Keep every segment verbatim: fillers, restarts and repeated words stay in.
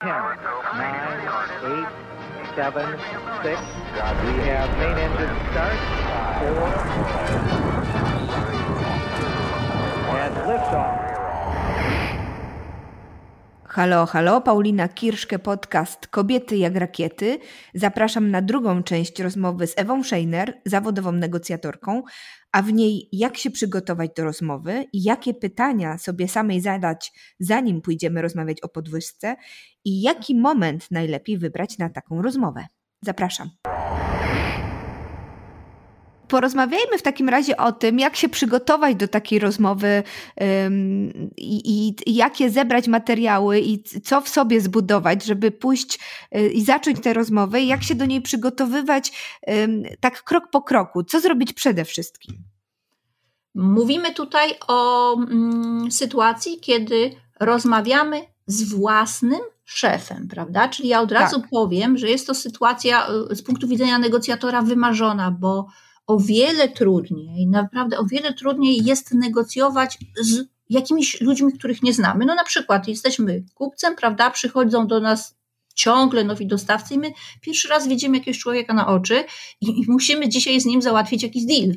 ten, nine, eight, seven, six. We have main engine start. four. And liftoff. Halo, halo, Paulina Kirszke, podcast Kobiety jak rakiety. Zapraszam na drugą część rozmowy z Ewą Szejner, zawodową negocjatorką, a w niej jak się przygotować do rozmowy i jakie pytania sobie samej zadać, zanim pójdziemy rozmawiać o podwyżce i jaki moment najlepiej wybrać na taką rozmowę. Zapraszam. Porozmawiajmy w takim razie o tym, jak się przygotować do takiej rozmowy um, i, i jakie zebrać materiały i co w sobie zbudować, żeby pójść y, i zacząć tę rozmowę i jak się do niej przygotowywać um, tak krok po kroku. Co zrobić przede wszystkim? Mówimy tutaj o mm, sytuacji, kiedy rozmawiamy z własnym szefem, prawda? Czyli ja od razu tak. powiem, że jest to sytuacja y, z punktu widzenia negocjatora wymarzona, bo o wiele trudniej, naprawdę o wiele trudniej jest negocjować z jakimiś ludźmi, których nie znamy. No na przykład jesteśmy kupcem, prawda, przychodzą do nas ciągle nowi dostawcy i my pierwszy raz widzimy jakiegoś człowieka na oczy i, i musimy dzisiaj z nim załatwić jakiś deal.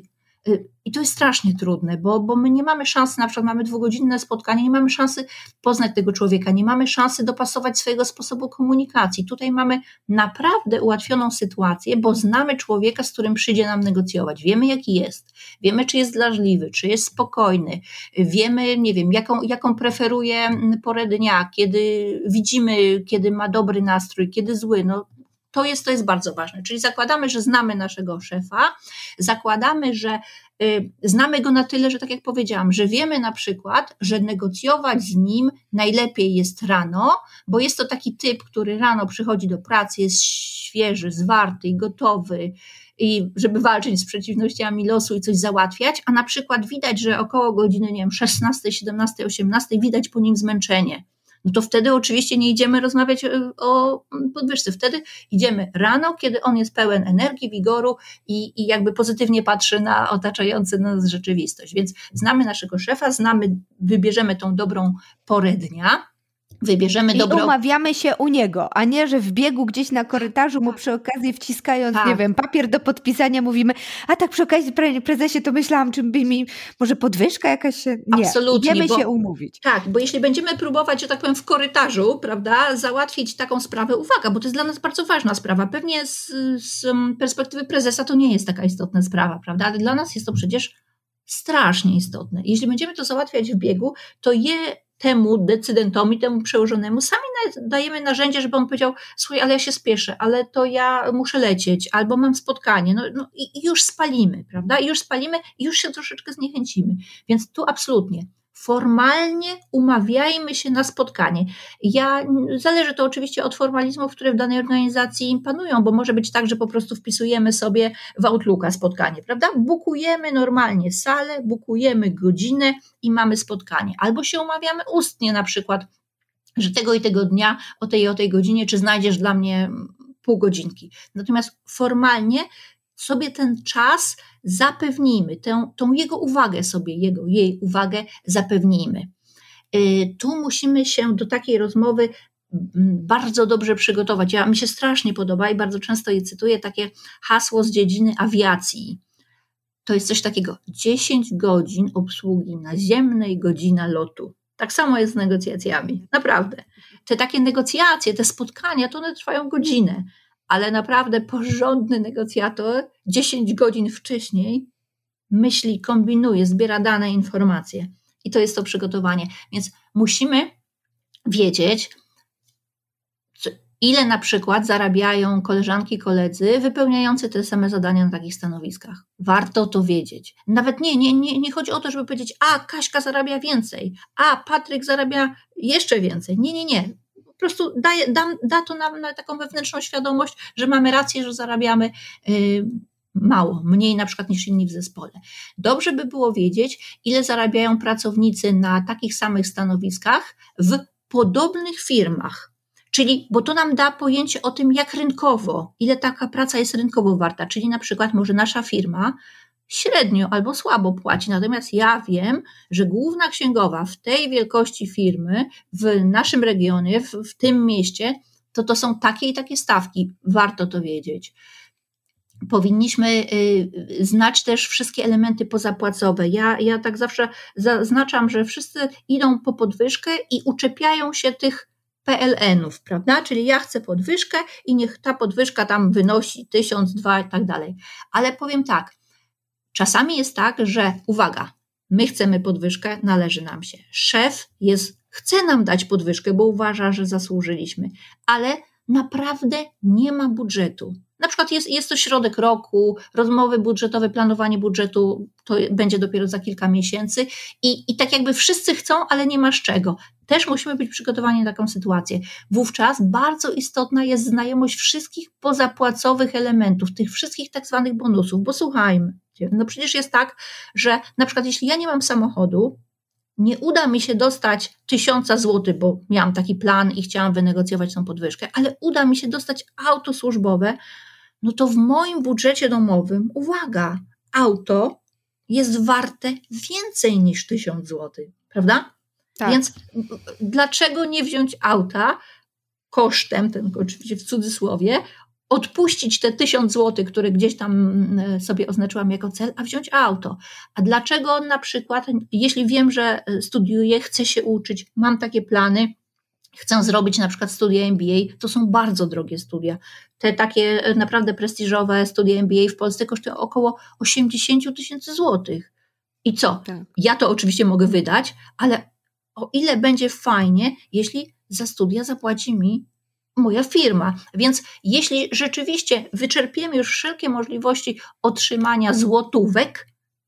I to jest strasznie trudne, bo, bo my nie mamy szansy, na przykład mamy dwugodzinne spotkanie, nie mamy szansy poznać tego człowieka, nie mamy szansy dopasować swojego sposobu komunikacji. Tutaj mamy naprawdę ułatwioną sytuację, bo znamy człowieka, z którym przyjdzie nam negocjować. Wiemy, jaki jest, wiemy, czy jest drażliwy, czy jest spokojny, wiemy, nie wiem, jaką, jaką preferuje porę dnia, kiedy widzimy, kiedy ma dobry nastrój, kiedy zły, no. To jest, to jest bardzo ważne, czyli zakładamy, że znamy naszego szefa, zakładamy, że y, znamy go na tyle, że tak jak powiedziałam, że wiemy na przykład, że negocjować z nim najlepiej jest rano, bo jest to taki typ, który rano przychodzi do pracy, jest świeży, zwarty i gotowy, i żeby walczyć z przeciwnościami losu i coś załatwiać, a na przykład widać, że około godziny, nie wiem, szesnastej, siedemnastej, osiemnastej widać po nim zmęczenie. No to wtedy oczywiście nie idziemy rozmawiać o podwyżce. Wtedy idziemy rano, kiedy on jest pełen energii, wigoru i, i jakby pozytywnie patrzy na otaczającą nas rzeczywistość. Więc znamy naszego szefa, znamy, wybierzemy tą dobrą porę dnia, wybierzemy I dobrą... umawiamy się u niego, a nie, że w biegu gdzieś na korytarzu mu przy okazji wciskając, tak. nie wiem, papier do podpisania mówimy, a tak przy okazji, prezesie, to myślałam, czy by mi może podwyżka jakaś się... Nie, Absolutnie, idziemy bo, się umówić. Tak, bo jeśli będziemy próbować, że tak powiem, w korytarzu, prawda, załatwić taką sprawę, uwaga, bo to jest dla nas bardzo ważna sprawa. Pewnie z, z perspektywy prezesa to nie jest taka istotna sprawa, prawda, ale dla nas jest to przecież strasznie istotne. Jeśli będziemy to załatwiać w biegu, to je temu decydentowi, temu przełożonemu sami dajemy narzędzie, żeby on powiedział, słuchaj, ale ja się spieszę, ale to ja muszę lecieć, albo mam spotkanie, no, no i, i już spalimy, prawda, i już spalimy i już się troszeczkę zniechęcimy, więc tu absolutnie formalnie umawiajmy się na spotkanie. Ja, zależy to oczywiście od formalizmów, które w danej organizacji panują, bo może być tak, że po prostu wpisujemy sobie w Outlooka spotkanie, prawda? Bukujemy normalnie salę, bukujemy godzinę i mamy spotkanie. Albo się umawiamy ustnie na przykład, że tego i tego dnia o tej i o tej godzinie, czy znajdziesz dla mnie pół godzinki. Natomiast formalnie sobie ten czas zapewnijmy, tę, tą jego uwagę sobie, jego, jej uwagę zapewnijmy. Tu musimy się do takiej rozmowy bardzo dobrze przygotować. Ja, mi się strasznie podoba i bardzo często je cytuję, takie hasło z dziedziny awiacji. To jest coś takiego, dziesięć godzin obsługi naziemnej, godzina lotu. Tak samo jest z negocjacjami, naprawdę. Te takie negocjacje, te spotkania, to one trwają godzinę. Ale naprawdę porządny negocjator dziesięć godzin wcześniej myśli, kombinuje, zbiera dane, informacje. I to jest to przygotowanie. Więc musimy wiedzieć, ile na przykład zarabiają koleżanki, koledzy wypełniający te same zadania na takich stanowiskach. Warto to wiedzieć. Nawet nie, nie, nie, nie chodzi o to, żeby powiedzieć, a Kaśka zarabia więcej, a Patryk zarabia jeszcze więcej. Nie, nie, nie. Po prostu da, da, da to nam na taką wewnętrzną świadomość, że mamy rację, że zarabiamy yy, mało, mniej na przykład niż inni w zespole. Dobrze by było wiedzieć, ile zarabiają pracownicy na takich samych stanowiskach w podobnych firmach. Czyli, bo to nam da pojęcie o tym, jak rynkowo, ile taka praca jest rynkowo warta. Czyli na przykład może nasza firma średnio albo słabo płaci. Natomiast ja wiem, że główna księgowa w tej wielkości firmy, w naszym regionie, w, w tym mieście, to to są takie i takie stawki. Warto to wiedzieć. Powinniśmy y, znać też wszystkie elementy pozapłacowe. Ja, ja tak zawsze zaznaczam, że wszyscy idą po podwyżkę i uczepiają się tych P L N-ów, prawda? Czyli ja chcę podwyżkę i niech ta podwyżka tam wynosi tysiąc, dwa i tak dalej. Ale powiem tak, czasami jest tak, że uwaga, my chcemy podwyżkę, należy nam się. Szef jest, chce nam dać podwyżkę, bo uważa, że zasłużyliśmy, ale naprawdę nie ma budżetu. Na przykład jest, jest to środek roku, rozmowy budżetowe, planowanie budżetu to będzie dopiero za kilka miesięcy i, i tak jakby wszyscy chcą, ale nie ma z czego. Też musimy być przygotowani na taką sytuację. Wówczas bardzo istotna jest znajomość wszystkich pozapłacowych elementów, tych wszystkich tak zwanych bonusów, bo słuchajmy, no przecież jest tak, że na przykład jeśli ja nie mam samochodu, nie uda mi się dostać tysiąca złotych, bo miałam taki plan i chciałam wynegocjować tą podwyżkę, ale uda mi się dostać auto służbowe, no to w moim budżecie domowym, uwaga, auto jest warte więcej niż tysiąc złotych, prawda? Tak. Więc dlaczego nie wziąć auta kosztem, ten oczywiście w cudzysłowie, odpuścić te tysiąc złotych, które gdzieś tam sobie oznaczyłam jako cel, a wziąć auto. A dlaczego na przykład, jeśli wiem, że studiuję, chcę się uczyć, mam takie plany, chcę zrobić na przykład studia M B A, to są bardzo drogie studia. Te takie naprawdę prestiżowe studia M B A w Polsce kosztują około osiemdziesiąt tysięcy złotych. I co? Tak. Ja to oczywiście mogę wydać, ale o ile będzie fajnie, jeśli za studia zapłaci mi moja firma. Więc jeśli rzeczywiście wyczerpiemy już wszelkie możliwości otrzymania złotówek,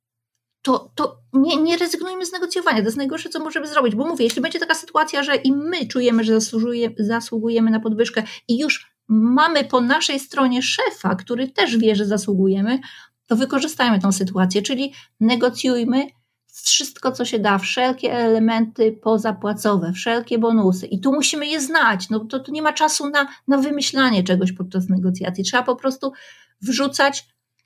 to, to nie, nie rezygnujmy z negocjowania. To jest najgorsze, co możemy zrobić. Bo mówię, jeśli będzie taka sytuacja, że i my czujemy, że zasługujemy na podwyżkę i już mamy po naszej stronie szefa, który też wie, że zasługujemy, to wykorzystajmy tą sytuację. Czyli negocjujmy wszystko, co się da, wszelkie elementy pozapłacowe, wszelkie bonusy. I tu musimy je znać. No to, to nie ma czasu na, na wymyślanie czegoś podczas negocjacji. Trzeba po prostu wrzucać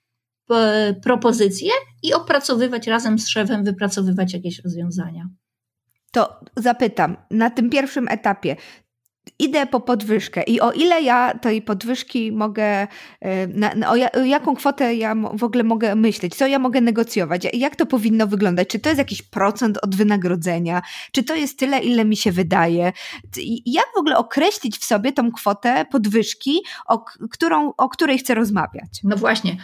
p- propozycje i opracowywać razem z szefem, wypracowywać jakieś rozwiązania. To zapytam, na tym pierwszym etapie idę po podwyżkę i o ile ja tej podwyżki mogę, na, na, o, ja, o jaką kwotę ja w ogóle mogę myśleć, co ja mogę negocjować, jak to powinno wyglądać, czy to jest jakiś procent od wynagrodzenia, czy to jest tyle, ile mi się wydaje, jak w ogóle określić w sobie tą kwotę podwyżki, o, którą, o której chcę rozmawiać? No właśnie,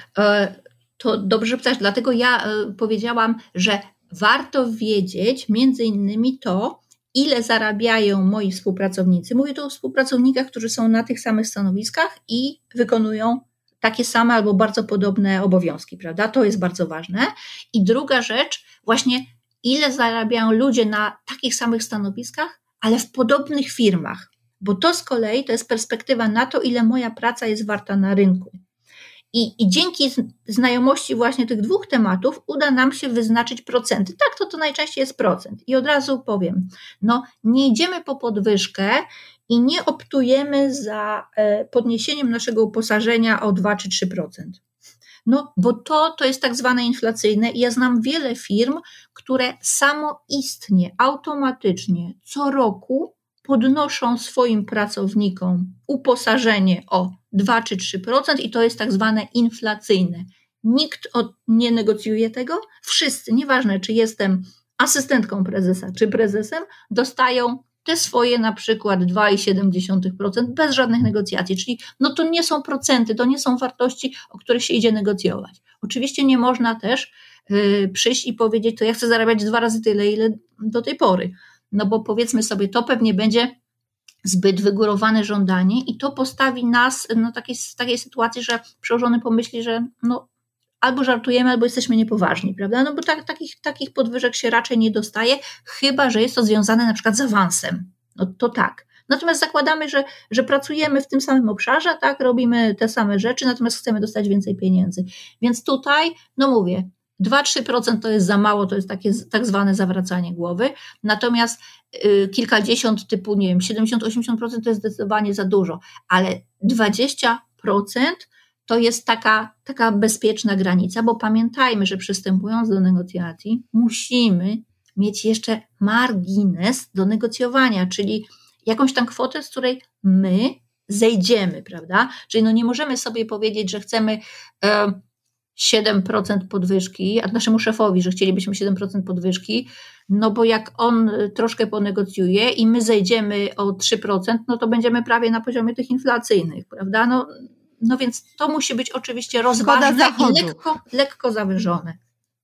to dobrze pytasz, dlatego ja powiedziałam, że warto wiedzieć między innymi to, ile zarabiają moi współpracownicy. Mówię tu o współpracownikach, którzy są na tych samych stanowiskach i wykonują takie same albo bardzo podobne obowiązki, prawda? To jest bardzo ważne. I druga rzecz, właśnie ile zarabiają ludzie na takich samych stanowiskach, ale w podobnych firmach, bo to z kolei to jest perspektywa na to, ile moja praca jest warta na rynku. I, I dzięki znajomości właśnie tych dwóch tematów uda nam się wyznaczyć procenty. Tak, to to najczęściej jest procent. I od razu powiem, no nie idziemy po podwyżkę i nie optujemy za podniesieniem naszego uposażenia o dwa czy trzy procent. No bo to, to jest tak zwane inflacyjne i ja znam wiele firm, które samoistnie, automatycznie co roku podnoszą swoim pracownikom uposażenie o dwa czy trzy procent i to jest tak zwane inflacyjne. Nikt od, nie negocjuje tego. Wszyscy, nieważne czy jestem asystentką prezesa czy prezesem, dostają te swoje na przykład dwa i siedem procent bez żadnych negocjacji. Czyli no to nie są procenty, to nie są wartości, o których się idzie negocjować. Oczywiście nie można też yy, przyjść i powiedzieć, to ja chcę zarabiać dwa razy tyle, ile do tej pory. No bo powiedzmy sobie, to pewnie będzie zbyt wygórowane żądanie i to postawi nas no, takiej, w takiej sytuacji, że przełożony pomyśli, że no, albo żartujemy, albo jesteśmy niepoważni, prawda? No bo tak, takich, takich podwyżek się raczej nie dostaje, chyba że jest to związane na przykład z awansem. No to tak. Natomiast zakładamy, że, że pracujemy w tym samym obszarze, tak, robimy te same rzeczy, natomiast chcemy dostać więcej pieniędzy. Więc tutaj, no mówię, dwa do trzech procent to jest za mało, to jest takie tak zwane zawracanie głowy, natomiast y, kilkadziesiąt typu, nie wiem, siedemdziesiąt do osiemdziesięciu procent to jest zdecydowanie za dużo, ale dwadzieścia procent to jest taka, taka bezpieczna granica, bo pamiętajmy, że przystępując do negocjacji musimy mieć jeszcze margines do negocjowania, czyli jakąś tam kwotę, z której my zejdziemy, prawda? Czyli no nie możemy sobie powiedzieć, że chcemy e, siedem procent podwyżki, a naszemu szefowi, że chcielibyśmy siedem procent podwyżki, no bo jak on troszkę ponegocjuje i my zejdziemy o trzy procent, no to będziemy prawie na poziomie tych inflacyjnych, prawda? No, no więc to musi być oczywiście rozważne i lekko, lekko zawyżone.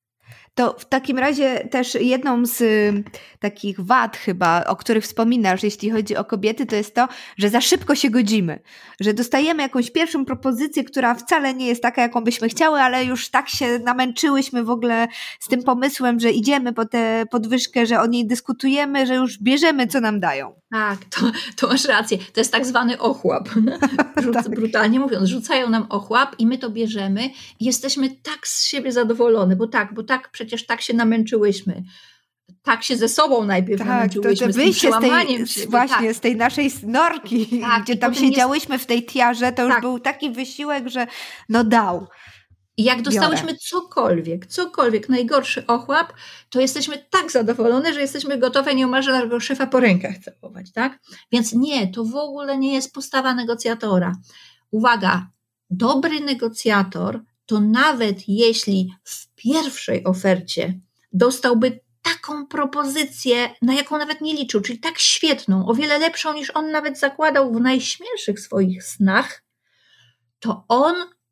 To w takim razie też jedną z y, takich wad chyba, o których wspominasz, jeśli chodzi o kobiety, to jest to, że za szybko się godzimy, że dostajemy jakąś pierwszą propozycję, która wcale nie jest taka, jaką byśmy chciały, ale już tak się namęczyłyśmy w ogóle z tym pomysłem, że idziemy po tę podwyżkę, że o niej dyskutujemy, że już bierzemy, co nam dają. Tak, to, to masz rację. To jest tak zwany ochłap. Rzuc, tak. Brutalnie mówiąc, rzucają nam ochłap i my to bierzemy i jesteśmy tak z siebie zadowolone, bo tak, bo tak przecież tak się namęczyłyśmy. Tak się ze sobą najpierw tak, namęczyłyśmy, to, to z tym przełamaniem z tej, Właśnie, tak. z tej naszej snorki, tak, gdzie tam siedziałyśmy jest... w tej tiarze, to już tak. był taki wysiłek, że no dał. I jak dostałyśmy Biorę. cokolwiek, cokolwiek, najgorszy ochłap, to jesteśmy tak zadowolone, że jesteśmy gotowe nieomalże naszego szefa po rękach całować, tak? Więc nie, to w ogóle nie jest postawa negocjatora. Uwaga, dobry negocjator to nawet jeśli w pierwszej ofercie dostałby taką propozycję, na jaką nawet nie liczył, czyli tak świetną, o wiele lepszą niż on nawet zakładał w najśmielszych swoich snach, to on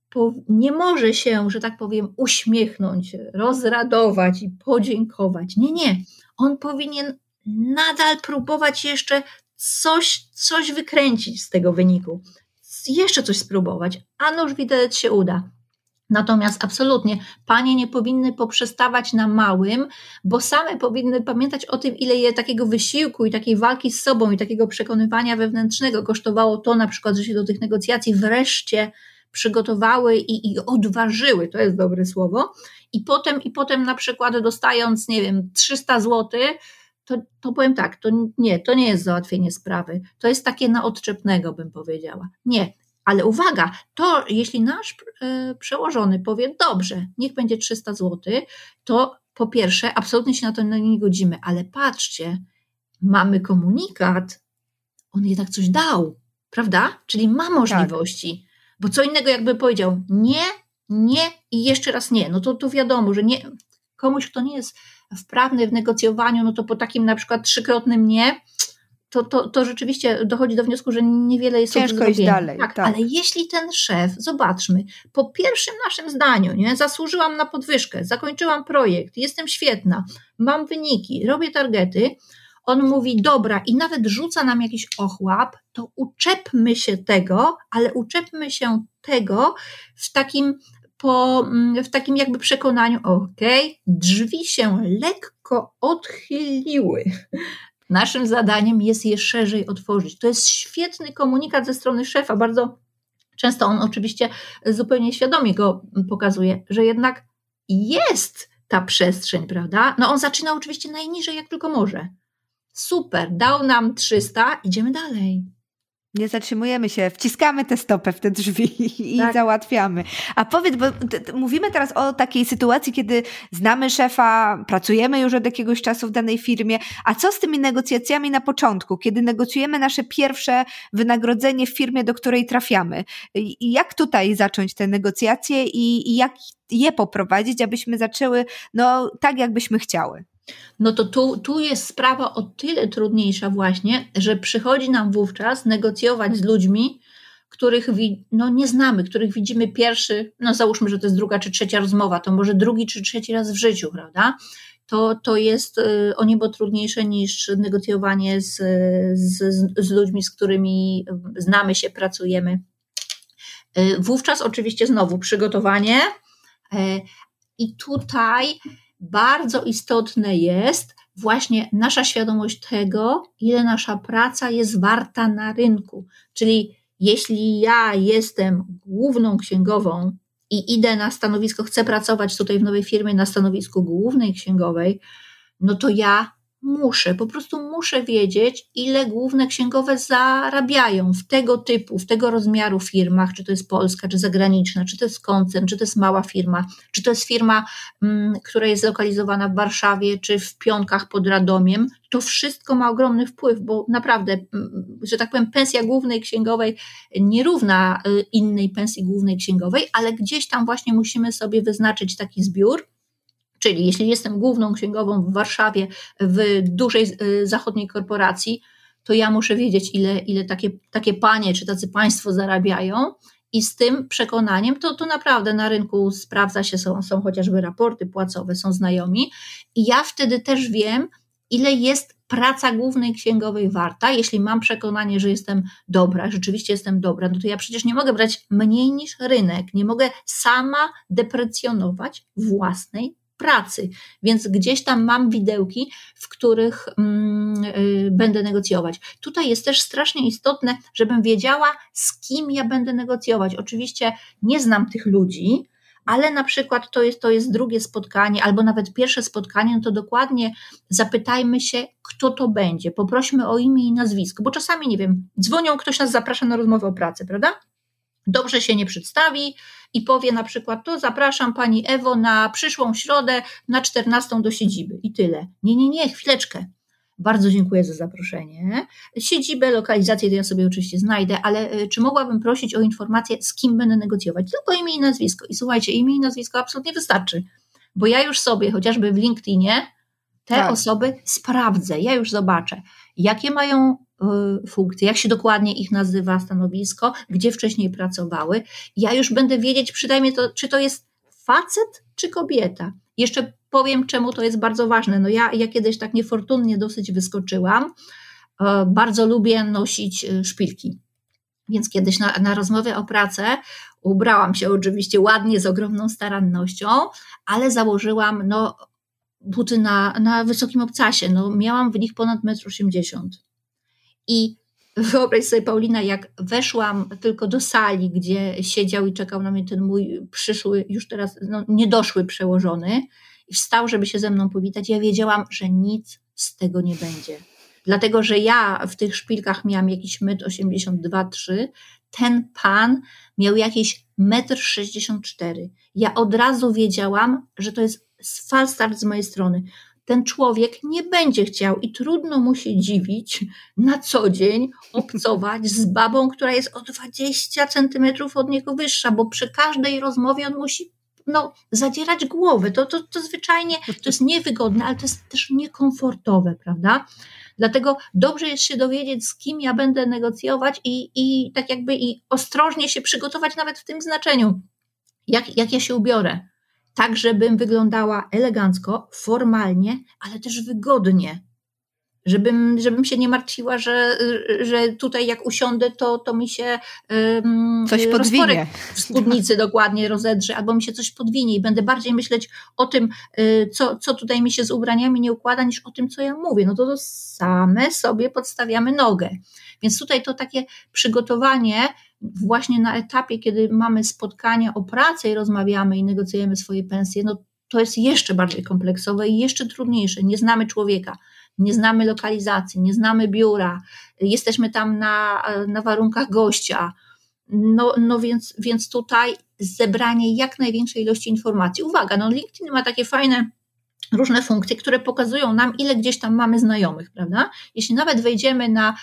nie może się, że tak powiem, uśmiechnąć, rozradować i podziękować. Nie, nie. On powinien nadal próbować jeszcze coś, coś wykręcić z tego wyniku. Jeszcze coś spróbować, a nuż widelec się uda. Natomiast absolutnie panie nie powinny poprzestawać na małym, bo same powinny pamiętać o tym, ile je takiego wysiłku i takiej walki z sobą i takiego przekonywania wewnętrznego kosztowało to na przykład, że się do tych negocjacji wreszcie przygotowały i, i odważyły, to jest dobre słowo, i potem, i potem na przykład dostając, nie wiem, trzysta złotych, to, to powiem tak, to nie, to nie jest załatwienie sprawy, to jest takie na odczepnego, bym powiedziała. Nie, ale uwaga, to jeśli nasz e, przełożony powie, dobrze, niech będzie trzysta złotych, to po pierwsze absolutnie się na to nie godzimy, ale patrzcie, mamy komunikat, on jednak coś dał, prawda? Czyli ma możliwości. Tak. Bo co innego jakby powiedział nie, nie i jeszcze raz nie, no to, to wiadomo, że nie, komuś, kto nie jest wprawny w negocjowaniu, no to po takim na przykład trzykrotnym nie, to, to, to rzeczywiście dochodzi do wniosku, że niewiele jest ciężko iść dalej. Tak, tak. Ale jeśli ten szef, zobaczmy, po pierwszym naszym zdaniu, nie, zasłużyłam na podwyżkę, zakończyłam projekt, jestem świetna, mam wyniki, robię targety, on mówi, dobra, i nawet rzuca nam jakiś ochłap, to uczepmy się tego, ale uczepmy się tego w takim, po, w takim jakby przekonaniu, okej, okay, drzwi się lekko odchyliły. Naszym zadaniem jest je szerzej otworzyć. To jest świetny komunikat ze strony szefa, bardzo często on oczywiście zupełnie świadomie go pokazuje, że jednak jest ta przestrzeń, prawda? No on zaczyna oczywiście najniżej jak tylko może. Super, dał nam trzysta, idziemy dalej. Nie zatrzymujemy się, wciskamy tę stopę w te drzwi i tak. załatwiamy. A powiedz, bo t- t- mówimy teraz o takiej sytuacji, kiedy znamy szefa, pracujemy już od jakiegoś czasu w danej firmie, a co z tymi negocjacjami na początku, kiedy negocjujemy nasze pierwsze wynagrodzenie w firmie, do której trafiamy? I jak tutaj zacząć te negocjacje i, i jak je poprowadzić, abyśmy zaczęły no tak, jakbyśmy chciały? No to tu, tu jest sprawa o tyle trudniejsza właśnie, że przychodzi nam wówczas negocjować z ludźmi, których wi- no nie znamy, których widzimy pierwszy, no załóżmy, że to jest druga czy trzecia rozmowa, to może drugi czy trzeci raz w życiu, prawda? To, to jest y, o niebo trudniejsze niż negocjowanie z, z, z ludźmi, z którymi znamy się, pracujemy. Y, wówczas oczywiście znowu przygotowanie y, i tutaj bardzo istotne jest właśnie nasza świadomość tego, ile nasza praca jest warta na rynku. Czyli jeśli ja jestem główną księgową i idę na stanowisko, chcę pracować tutaj w nowej firmie na stanowisku głównej księgowej, no to ja muszę, po prostu muszę wiedzieć, ile główne księgowe zarabiają w tego typu, w tego rozmiaru firmach, czy to jest polska, czy zagraniczna, czy to jest koncern, czy to jest mała firma, czy to jest firma, m, która jest zlokalizowana w Warszawie, czy w Pionkach pod Radomiem. To wszystko ma ogromny wpływ, bo naprawdę, m, że tak powiem, pensja głównej księgowej nie równa y, innej pensji głównej księgowej, ale gdzieś tam właśnie musimy sobie wyznaczyć taki zbiór. Czyli jeśli jestem główną księgową w Warszawie, w dużej zachodniej korporacji, to ja muszę wiedzieć, ile, ile takie, takie panie czy tacy państwo zarabiają i z tym przekonaniem to, to naprawdę na rynku sprawdza się, są, są chociażby raporty płacowe, są znajomi i ja wtedy też wiem, ile jest praca głównej księgowej warta. Jeśli mam przekonanie, że jestem dobra, rzeczywiście jestem dobra, no to ja przecież nie mogę brać mniej niż rynek, nie mogę sama deprecjonować własnej pracy, więc gdzieś tam mam widełki, w których mm, y, będę negocjować. Tutaj jest też strasznie istotne, żebym wiedziała, z kim ja będę negocjować. Oczywiście nie znam tych ludzi, ale na przykład to jest, to jest drugie spotkanie, albo nawet pierwsze spotkanie, no to dokładnie zapytajmy się, kto to będzie. Poprośmy o imię i nazwisko, bo czasami, nie wiem, dzwonią, ktoś nas zaprasza na rozmowę o pracy, prawda? Dobrze się nie przedstawi i powie na przykład, to zapraszam pani Ewo na przyszłą środę na czternastą do siedziby i tyle. Nie, nie, nie, chwileczkę. Bardzo dziękuję za zaproszenie. Siedzibę, lokalizację to ja sobie oczywiście znajdę, ale czy mogłabym prosić o informację, z kim będę negocjować? Tylko imię i nazwisko. I słuchajcie, imię i nazwisko absolutnie wystarczy, bo ja już sobie chociażby w LinkedInie te tak. osoby sprawdzę, ja już zobaczę, jakie mają y, funkcje, jak się dokładnie ich nazywa stanowisko, gdzie wcześniej pracowały. Ja już będę wiedzieć, przynajmniej to, czy to jest facet, czy kobieta. Jeszcze powiem, czemu to jest bardzo ważne. No ja, ja kiedyś tak niefortunnie dosyć wyskoczyłam. Y, bardzo lubię nosić y, szpilki. Więc kiedyś na, na rozmowę o pracę ubrałam się oczywiście ładnie, z ogromną starannością, ale założyłam no buty na, na wysokim obcasie, no miałam w nich ponad metr osiemdziesiąt. I wyobraź sobie, Paulina, jak weszłam tylko do sali, gdzie siedział i czekał na mnie ten mój przyszły, już teraz no, niedoszły przełożony i wstał, żeby się ze mną powitać, ja wiedziałam, że nic z tego nie będzie. Dlatego, że ja w tych szpilkach miałam jakiś metr osiemdziesiąt dwa, trzy, ten pan miał jakieś metr sześćdziesiąt cztery. Ja od razu wiedziałam, że to jest false start z mojej strony. Ten człowiek nie będzie chciał i trudno mu się dziwić na co dzień obcować z babą, która jest o dwadzieścia centymetrów od niego wyższa, bo przy każdej rozmowie on musi no, zadzierać głowę. To, to, to zwyczajnie to jest niewygodne, ale to jest też niekomfortowe, prawda? Dlatego dobrze jest się dowiedzieć, z kim ja będę negocjować i, i tak jakby i ostrożnie się przygotować nawet w tym znaczeniu, jak, jak ja się ubiorę. Tak, żebym wyglądała elegancko, formalnie, ale też wygodnie. Żebym, żebym się nie martwiła, że, że tutaj jak usiądę, to, to mi się um, coś podwinie. W spódnicy dokładnie rozedrze, albo mi się coś podwinie i będę bardziej myśleć o tym, co, co tutaj mi się z ubraniami nie układa, niż o tym, co ja mówię. No to, to same sobie podstawiamy nogę. Więc tutaj to takie przygotowanie właśnie na etapie, kiedy mamy spotkania o pracy i rozmawiamy i negocjujemy swoje pensje, no to jest jeszcze bardziej kompleksowe i jeszcze trudniejsze. Nie znamy człowieka, nie znamy lokalizacji, nie znamy biura, jesteśmy tam na, na warunkach gościa. No, no więc, więc tutaj zebranie jak największej ilości informacji. Uwaga, no LinkedIn ma takie fajne różne funkcje, które pokazują nam, ile gdzieś tam mamy znajomych, prawda? Jeśli nawet wejdziemy na,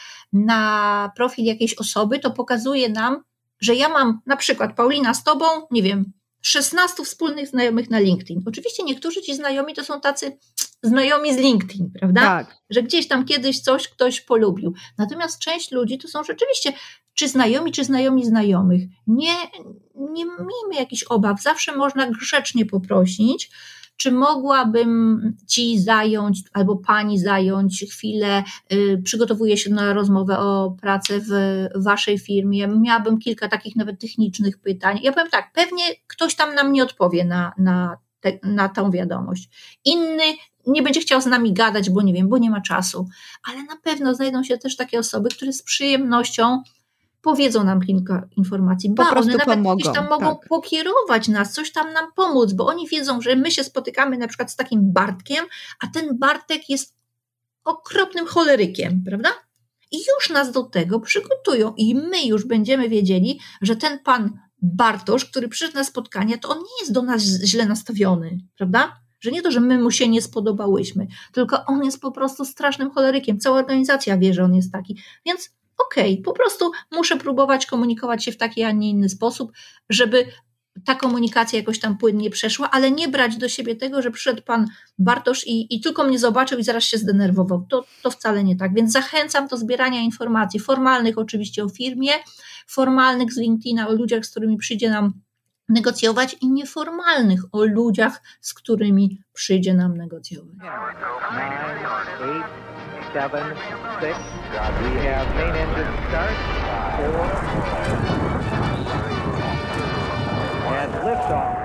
na profil jakiejś osoby, to pokazuje nam, że ja mam na przykład Paulina z tobą, nie wiem, szesnastu wspólnych znajomych na LinkedIn. Oczywiście niektórzy ci znajomi to są tacy znajomi z LinkedIn, prawda? Tak. Że gdzieś tam kiedyś coś ktoś polubił. Natomiast część ludzi to są rzeczywiście czy znajomi, czy znajomi znajomych. Nie, nie miejmy jakichś obaw. Zawsze można grzecznie poprosić, czy mogłabym ci zająć, albo pani zająć chwilę, y, przygotowuję się na rozmowę o pracę w waszej firmie, miałabym kilka takich nawet technicznych pytań. Ja powiem tak, pewnie ktoś tam nam nie odpowie na, na, te, na tą wiadomość. Inny nie będzie chciał z nami gadać, bo nie wiem, bo nie ma czasu, ale na pewno znajdą się też takie osoby, które z przyjemnością powiedzą nam kilka informacji, bo one nawet pomogą, gdzieś tam mogą tak. pokierować nas, coś tam nam pomóc, bo oni wiedzą, że my się spotykamy na przykład z takim Bartkiem, a ten Bartek jest okropnym cholerykiem, prawda? I już nas do tego przygotują i my już będziemy wiedzieli, że ten pan Bartosz, który przyszedł na spotkanie, to on nie jest do nas źle nastawiony, prawda? Że nie to, że my mu się nie spodobałyśmy, tylko on jest po prostu strasznym cholerykiem. Cała organizacja wie, że on jest taki. Więc okej, okay, po prostu muszę próbować komunikować się w taki, a nie inny sposób, żeby ta komunikacja jakoś tam płynnie przeszła, ale nie brać do siebie tego, że przyszedł pan Bartosz i, i tylko mnie zobaczył i zaraz się zdenerwował. To, to wcale nie tak. Więc zachęcam do zbierania informacji formalnych oczywiście o firmie, formalnych z LinkedIna, o ludziach, z którymi przyjdzie nam negocjować i nieformalnych o ludziach, z którymi przyjdzie nam negocjować. nine, eight, seven, six. We have main engine start. Four. And liftoff.